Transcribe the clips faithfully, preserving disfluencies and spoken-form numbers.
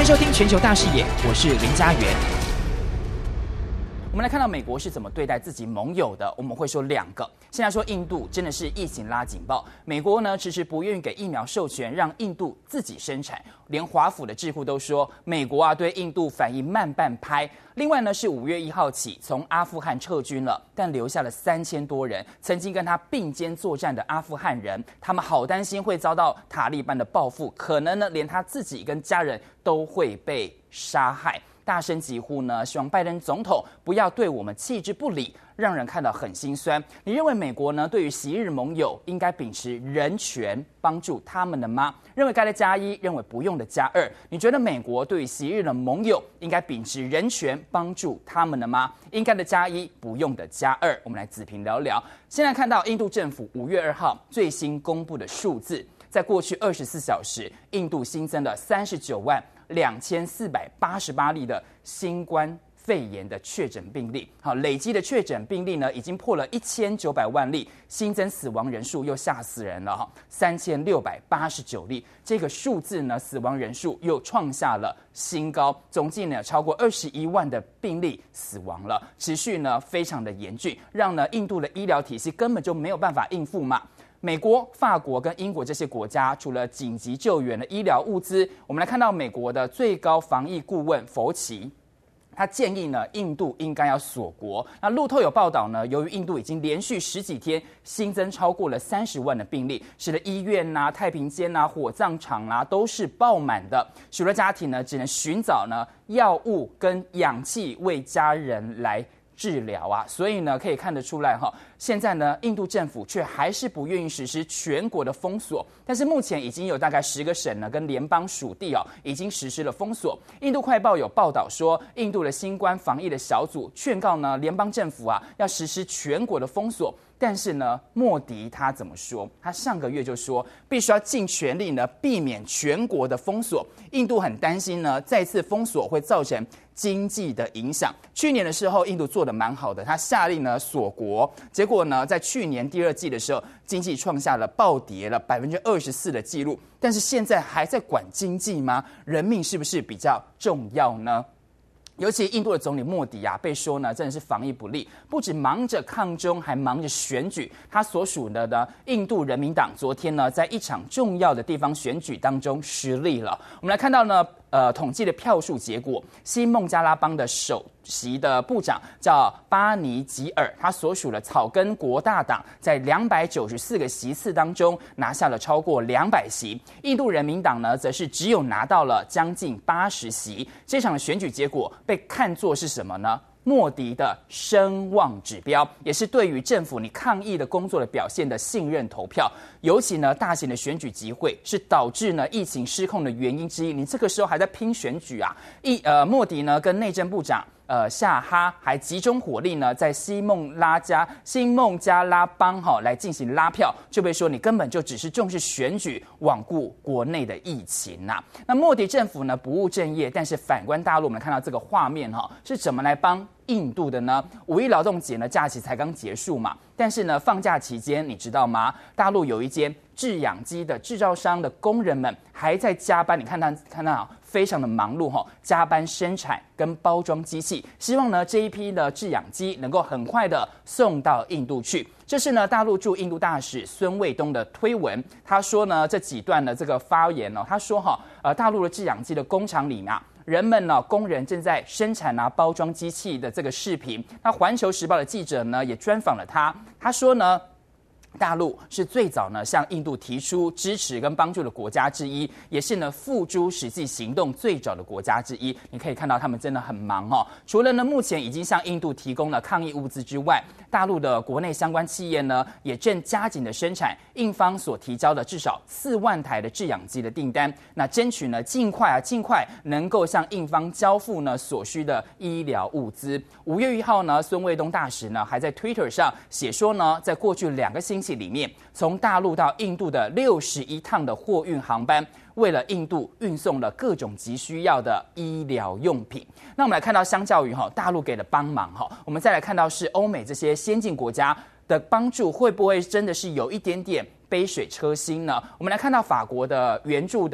迎收听全球大视野，我是林家源。我们来看到美国是怎么对待自己盟友的，我们会说两个。现在说印度真的是疫情拉警报，美国呢迟迟不愿意给疫苗授权，让印度自己生产，连华府的智库都说美国啊对印度反应慢半拍。另外呢是五月一号起从阿富汗撤军了，但留下了三千多人曾经跟他并肩作战的阿富汗人，他们好担心会遭到塔利班的报复，可能呢连他自己跟家人都会被杀害。大声疾呼呢，希望拜登总统不要对我们弃之不理，让人看到很心酸。你认为美国呢对于昔日盟友应该秉持人权帮助他们的吗？认为该的加一，认为不用的加二。你觉得美国对于昔日的盟友应该秉持人权帮助他们的吗？应该的加一，不用的加二。我们来子评聊聊。现在看到印度政府五月二号最新公布的数字，在过去二十四小时，印度新增了三十九万两千四百八十八例的新冠肺炎的确诊病例，好，累积的确诊病例呢，已经破了一千九百万例，新增死亡人数又吓死人了哈，三千六百八十九例，这个数字呢，死亡人数又创下了新高，总计呢超过二十一万的病例死亡了，持续呢非常的严峻，让呢印度的医疗体系根本就没有办法应付嘛。美国、法国跟英国这些国家，除了紧急救援的医疗物资，我们来看到美国的最高防疫顾问佛奇，他建议呢，印度应该要锁国。那路透有报道呢，由于印度已经连续十几天新增超过了三十万的病例，使得医院呐、啊、太平间啊、火葬场啊都是爆满的，许多家庭呢只能寻找呢药物跟氧气为家人来治疗啊，所以呢可以看得出来哈，现在呢印度政府却还是不愿意实施全国的封锁，但是目前已经有大概十个省呢跟联邦属地哦已经实施了封锁。印度快报有报道说，印度的新冠防疫的小组劝告呢联邦政府啊要实施全国的封锁。但是呢，莫迪他怎么说？他上个月就说，必须要尽全力呢，避免全国的封锁。印度很担心呢，再次封锁会造成经济的影响。去年的时候，印度做得蛮好的，他下令呢锁国，结果呢，在去年第二季的时候，经济创下了暴跌了百分之二十四的记录。但是现在还在管经济吗？人命是不是比较重要呢？尤其印度的总理莫迪啊，被说呢真的是防疫不力，不止忙着抗中，还忙着选举。他所属的呢印度人民党昨天呢，在一场重要的地方选举当中失利了。我们来看到呢，呃，统计的票数结果，西孟加拉邦的首席的部长叫巴尼吉尔，他所属的草根国大党在两百九十四个席次当中拿下了超过两百席，印度人民党呢，则是只有拿到了将近八十席。这场选举结果被看作是什么呢？莫迪的声望指标，也是对于政府你抗疫的工作的表现的信任投票。尤其呢，大型的选举集会是导致呢疫情失控的原因之一。你这个时候还在拼选举啊？一呃，莫迪呢跟内政部长呃夏哈还集中火力呢，在西孟拉加新孟加拉邦哈、哦、来进行拉票，就被说你根本就只是重视选举，罔顾国内的疫情呐、啊。那莫迪政府呢不务正业，但是反观大陆，我们看到这个画面哈、哦，是怎么来帮印度的呢？五一劳动节呢假期才刚结束嘛，但是呢放假期间你知道吗？大陆有一间制氧机的制造商的工人们还在加班，你看到看到非常的忙碌哈，加班生产跟包装机器，希望呢这一批的制氧机能够很快的送到印度去。这是呢大陆驻印度大使孙卫东的推文，他说呢这几段的这个发言哦，他说哈呃大陆的制氧机的工厂里面啊，人们呢工人正在生产啊包装机器的这个视频。那环球时报的记者呢也专访了他，他说呢，大陆是最早呢向印度提出支持跟帮助的国家之一，也是呢付诸实际行动最早的国家之一。你可以看到他们真的很忙哦。除了呢目前已经向印度提供了抗疫物资之外，大陆的国内相关企业呢也正加紧的生产印方所提交的至少四万台的制氧机的订单，那争取呢尽快啊尽快能够向印方交付呢所需的医疗物资。五月一号呢，孙卫东大使呢还在 Twitter 上写说呢，在过去两个星期里面，从大陆到印度的六十一趟的货运航班，为了印度运送了各种急需要的医疗用品。那我们来看到，相较于哈大陆给的帮忙哈，我们再来看到是欧美这些先进国家的帮助，会不会真的是有一点点杯水车薪呢？我们来看到法国的援助的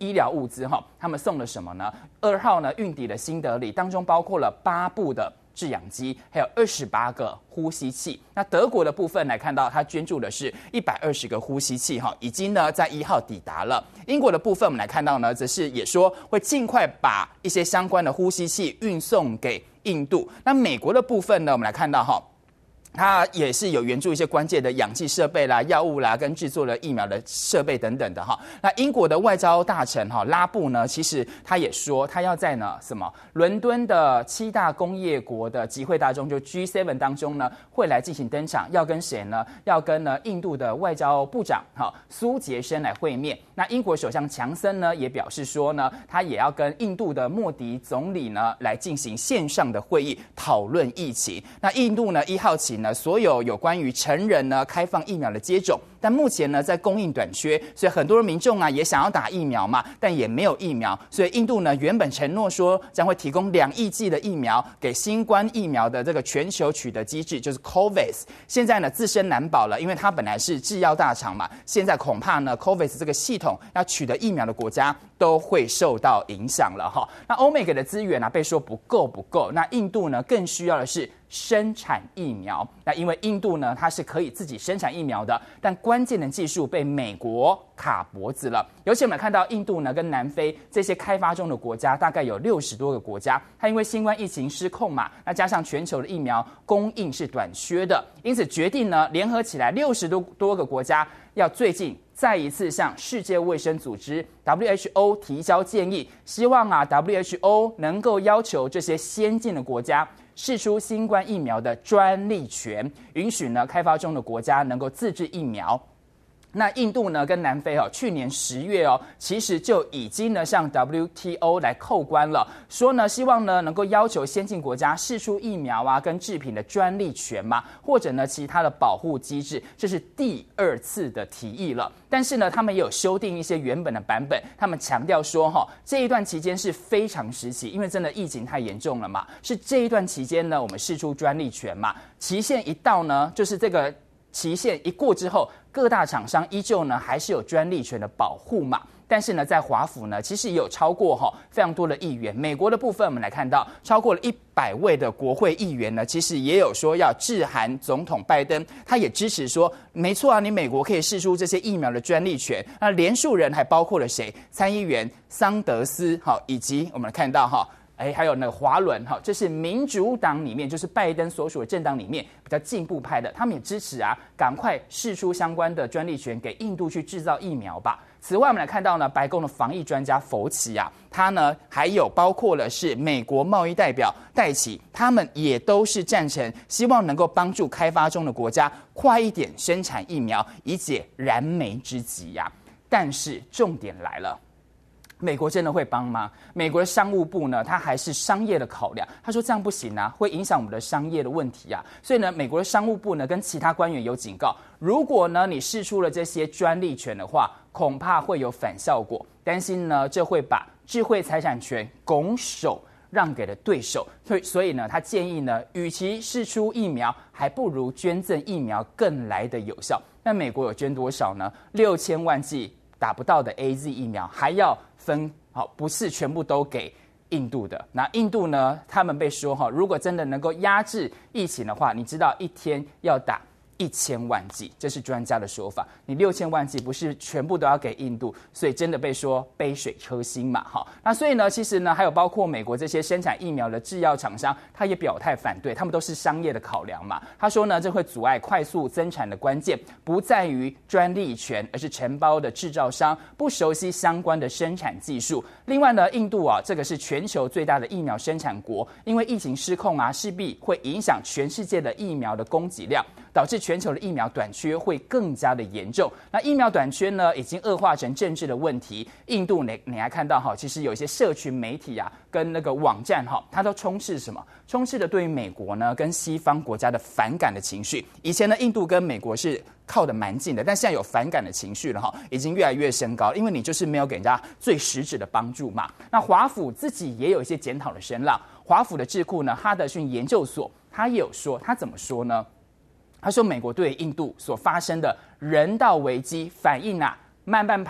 医疗物资哈，他们送了什么呢？二号呢运抵了新德里，当中包括了八部的制氧机，还有二十八个呼吸器。那德国的部分来看到，它捐助的是一百二十个呼吸器，哈，已经呢在一号抵达了。英国的部分，我们来看到呢，则是也说会尽快把一些相关的呼吸器运送给印度。那美国的部分呢，我们来看到哈。它也是有援助一些关键的氧气设备啦、药物啦，跟制作了疫苗的设备等等的哈。那英国的外交大臣哈拉布呢，其实他也说，他要在呢什么伦敦的七大工业国的集会当中，就 G 七 当中呢，会来进行登场，要跟谁呢？要跟呢印度的外交部长哈苏杰生来会面。那英国首相强森呢也表示说呢，他也要跟印度的莫迪总理呢来进行线上的会议，讨论疫情。那印度呢一号起呢，所有有关于成人呢开放疫苗的接种，但目前呢在供应短缺，所以很多民众啊也想要打疫苗嘛，但也没有疫苗，所以印度呢原本承诺说将会提供两亿剂的疫苗给新冠疫苗的这个全球取得机制，就是 COVAX， 现在呢自身难保了，因为它本来是制药大厂嘛，现在恐怕呢 COVAX 这个系统要取得疫苗的国家都会受到影响了哈。那欧美给的资源啊被说不够不够，那印度呢更需要的是生产疫苗。那因为印度呢它是可以自己生产疫苗的，但关键的技术被美国卡脖子了。尤其我们看到印度呢跟南非这些开发中的国家，大概有六十多个国家，它因为新冠疫情失控嘛，那加上全球的疫苗供应是短缺的，因此决定呢联合起来六十多多个国家，要最近再一次向世界卫生组织 W H O 提交建议，希望啊 W H O 能够要求这些先进的国家释出新冠疫苗的专利权，允许呢开发中的国家能够自制疫苗。那印度呢跟南非哦，去年十月哦，其实就已经呢向 W T O 来扣关了，说呢希望呢能够要求先进国家释出疫苗啊跟制品的专利权嘛，或者呢其他的保护机制，这是第二次的提议了。但是呢他们也有修订一些原本的版本，他们强调说哈、哦、这一段期间是非常时期，因为真的疫情太严重了嘛，是这一段期间呢我们释出专利权嘛，期限一到呢就是这个期限一过之后，各大厂商依旧呢还是有专利权的保护嘛。但是呢，在华府呢，其实也有超过哈、哦、非常多的议员。美国的部分，我们来看到，超过了一百位的国会议员呢，其实也有说要致函总统拜登，他也支持说，没错啊，你美国可以释出这些疫苗的专利权。那连署人还包括了谁？参议员桑德斯，好，以及我们来看到哈。哎，还有那个华伦哈，这是民主党里面，就是拜登所属的政党里面比较进步派的，他们也支持啊，赶快释出相关的专利权给印度去制造疫苗吧。此外，我们来看到呢，白宫的防疫专家佛奇啊，他呢还有包括了是美国贸易代表戴奇，他们也都是赞成，希望能够帮助开发中的国家快一点生产疫苗，以解燃眉之急呀、啊。但是重点来了。美国真的会帮吗？美国的商务部呢，它还是商业的考量。他说这样不行啊，会影响我们的商业的问题啊。所以呢，美国的商务部呢，跟其他官员有警告，如果呢你释出了这些专利权的话，恐怕会有反效果，担心呢这会把智慧财产权拱手让给了对手。所以，所以呢，他建议呢，与其释出疫苗，还不如捐赠疫苗更来的有效。那美国有捐多少呢？六千万剂。打不到的 A Z 疫苗还要分好，不是全部都给印度的。那印度呢？他们被说哈，如果真的能够压制疫情的话，你知道一天要打一千万剂，这是专家的说法。你六千万剂不是全部都要给印度，所以真的被说杯水车薪嘛，哈。那所以呢，其实呢，还有包括美国这些生产疫苗的制药厂商，他也表态反对，他们都是商业的考量嘛。他说呢，这会阻碍快速增产的关键，不在于专利权，而是承包的制造商不熟悉相关的生产技术。另外呢，印度啊，这个是全球最大的疫苗生产国，因为疫情失控啊，势必会影响全世界的疫苗的供给量，导致全球的疫苗短缺会更加的严重。那疫苗短缺呢，已经恶化成政治的问题。印度你你还看到哈，其实有一些社群媒体啊，跟那个网站哈，它都充斥什么？充斥的对于美国呢跟西方国家的反感的情绪。以前呢，印度跟美国是靠得蛮近的，但现在有反感的情绪了哈，已经越来越升高，因为你就是没有给人家最实质的帮助嘛。那华府自己也有一些检讨的声浪。华府的智库呢，哈德逊研究所，他也有说，他怎么说呢？他说，美国对印度所发生的人道危机反应啊慢半拍，而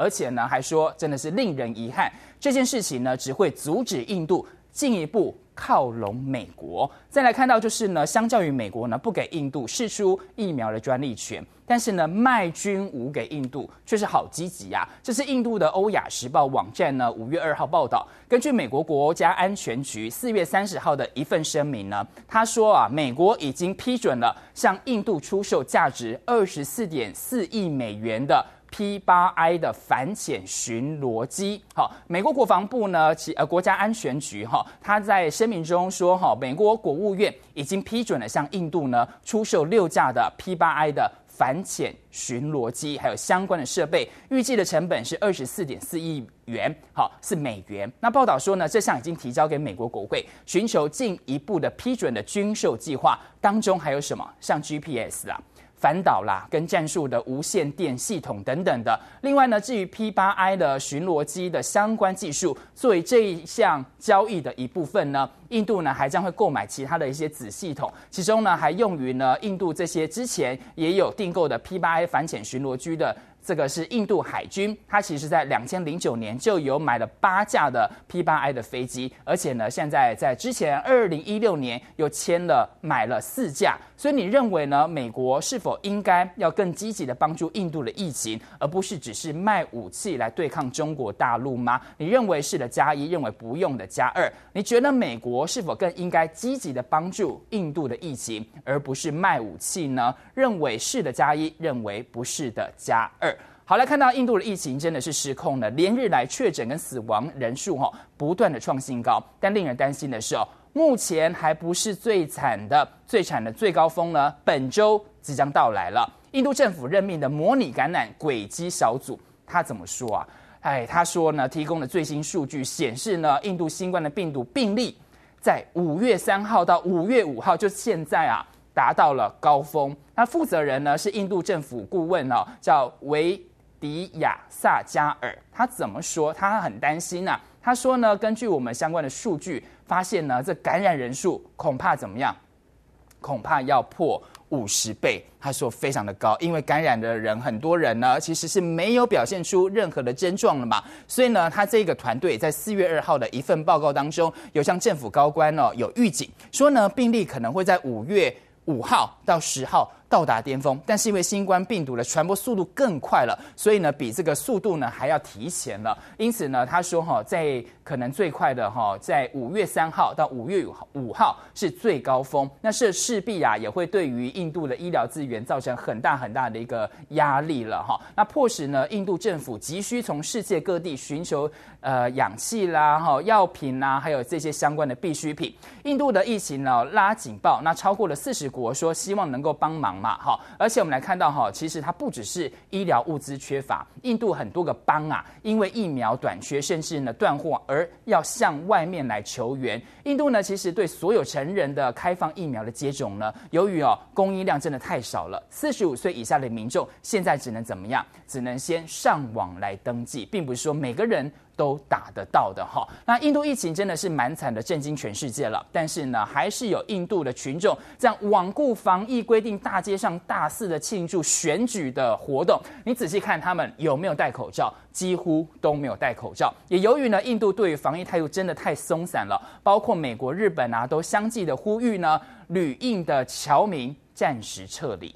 而且呢还说真的是令人遗憾，这件事情呢只会阻止印度进一步靠拢美国。再来看到就是呢，相较于美国呢不给印度释出疫苗的专利权，但是呢卖军武给印度却是好积极啊。这是印度的欧亚时报网站呢五月二号报道，根据美国国家安全局四月三十号的一份声明呢，他说啊，美国已经批准了向印度出售价值二十四点四亿美元的P 八 I 的反潜巡逻机。好，美国国防部呢，其呃国家安全局哈，他在声明中说哈，美国国务院已经批准了向印度呢出售六架的 P 八 I 的反潜巡逻机，还有相关的设备，预计的成本是二十四点四亿元，好，是美元。那报道说呢，这项已经提交给美国国会，寻求进一步的批准的军售计划，当中还有什么？像 G P S 啦。反导啦，跟战术的无线电系统等等的。另外呢，至于 P 八 I 的巡逻机的相关技术，作为这一项交易的一部分呢，印度呢还将会购买其他的一些子系统，其中呢还用于呢印度这些之前也有订购的 P 八 I 反潜巡逻机的。这个是印度海军，它其实在两千零九年就有买了八架的 P 八 I 的飞机，而且呢，现在在之前二零一六年又签了买了四架。所以你认为呢？美国是否应该要更积极的帮助印度的疫情，而不是只是卖武器来对抗中国大陆吗？你认为是的加一，认为不用的加二。你觉得美国是否更应该积极的帮助印度的疫情，而不是卖武器呢？认为是的加一，认为不是的加二。好，来看到印度的疫情真的是失控了，连日来确诊跟死亡人数哈不断的创新高，但令人担心的是哦，目前还不是最惨的、最惨的最高峰呢，本周即将到来了。印度政府任命的模拟感染轨迹小组，他怎么说啊？哎，他说呢，提供的最新数据显示呢，印度新冠的病毒病例在五月三号到五月五号，就现在啊。达到了高峰。那负责人呢是印度政府顾问哦，叫维迪亚萨加尔。他怎么说？他很担心啊。他说呢，根据我们相关的数据，发现呢，这感染人数恐怕怎么样？恐怕要破五十倍。他说非常的高，因为感染的人很多人呢，其实是没有表现出任何的症状了嘛。所以呢，他这个团队在四月二号的一份报告当中，有向政府高官哦有预警说呢，病例可能会在五月五号到十号到达巅峰，但是因为新冠病毒的传播速度更快了，所以呢，比这个速度呢还要提前了。因此呢，他说哈，在可能最快的哈，在五月三号到五月五号是最高峰，那这势必啊也会对于印度的医疗资源造成很大很大的一个压力了哈。那迫使呢，印度政府急需从世界各地寻求呃氧气啦、哈药品啦，还有这些相关的必需品。印度的疫情呢拉警报，那超过了四十国说希望能够帮忙嘛，哈。而且我们来看到哈，其实它不只是医疗物资缺乏，印度很多个邦啊，因为疫苗短缺，甚至呢断货，而要向外面来求援。印度呢，其实对所有成人的开放疫苗的接种呢，由于哦供应量真的太少了，四十五岁以下的民众现在只能怎么样？只能先上网来登记，并不是说每个人都打得到的哈。那印度疫情真的是蛮惨的，震惊全世界了。但是呢，还是有印度的群众这样罔顾防疫规定，大街上大肆的庆祝选举的活动。你仔细看他们有没有戴口罩，几乎都没有戴口罩。也由于呢，印度对于防疫态度真的太松散了，包括美国、日本啊，都相继的呼吁呢，旅印的侨民暂时撤离。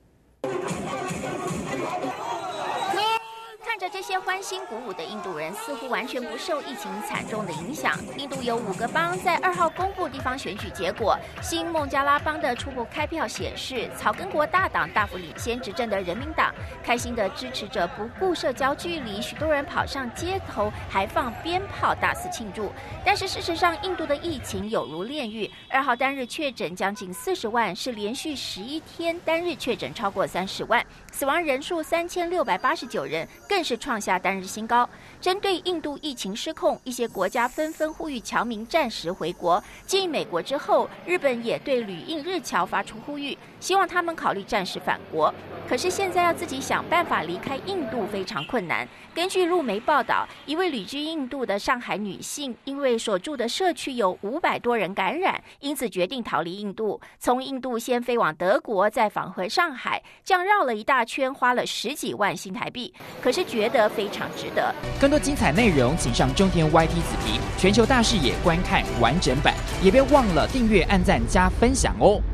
这些欢欣鼓舞的印度人似乎完全不受疫情惨重的影响。印度有五个邦在二号公布地方选举结果，新孟加拉邦的初步开票显示，草根国大党大幅领先执政的人民党，开心的支持者不顾社交距离，许多人跑上街头，还放鞭炮大肆庆祝。但是事实上，印度的疫情有如炼狱，二号单日确诊将近四十万，是连续十一天单日确诊超过三十万，死亡人数三千六百八十九人，更是创下单日新高。针对印度疫情失控，一些国家纷纷呼吁侨民暂时回国。继美国之后，日本也对旅印日侨发出呼吁，希望他们考虑暂时返国。可是现在要自己想办法离开印度非常困难。根据路媒报道，一位旅居印度的上海女性，因为所住的社区有五百多人感染，因此决定逃离印度，从印度先飞往德国，再返回上海，这样绕了一大圈，花了十几万新台币。可是觉得得非常值得。 更多精彩内容，请上中天 Y T 子皮全球大视野观看完整版，也别忘了订阅、按赞、加分享哦。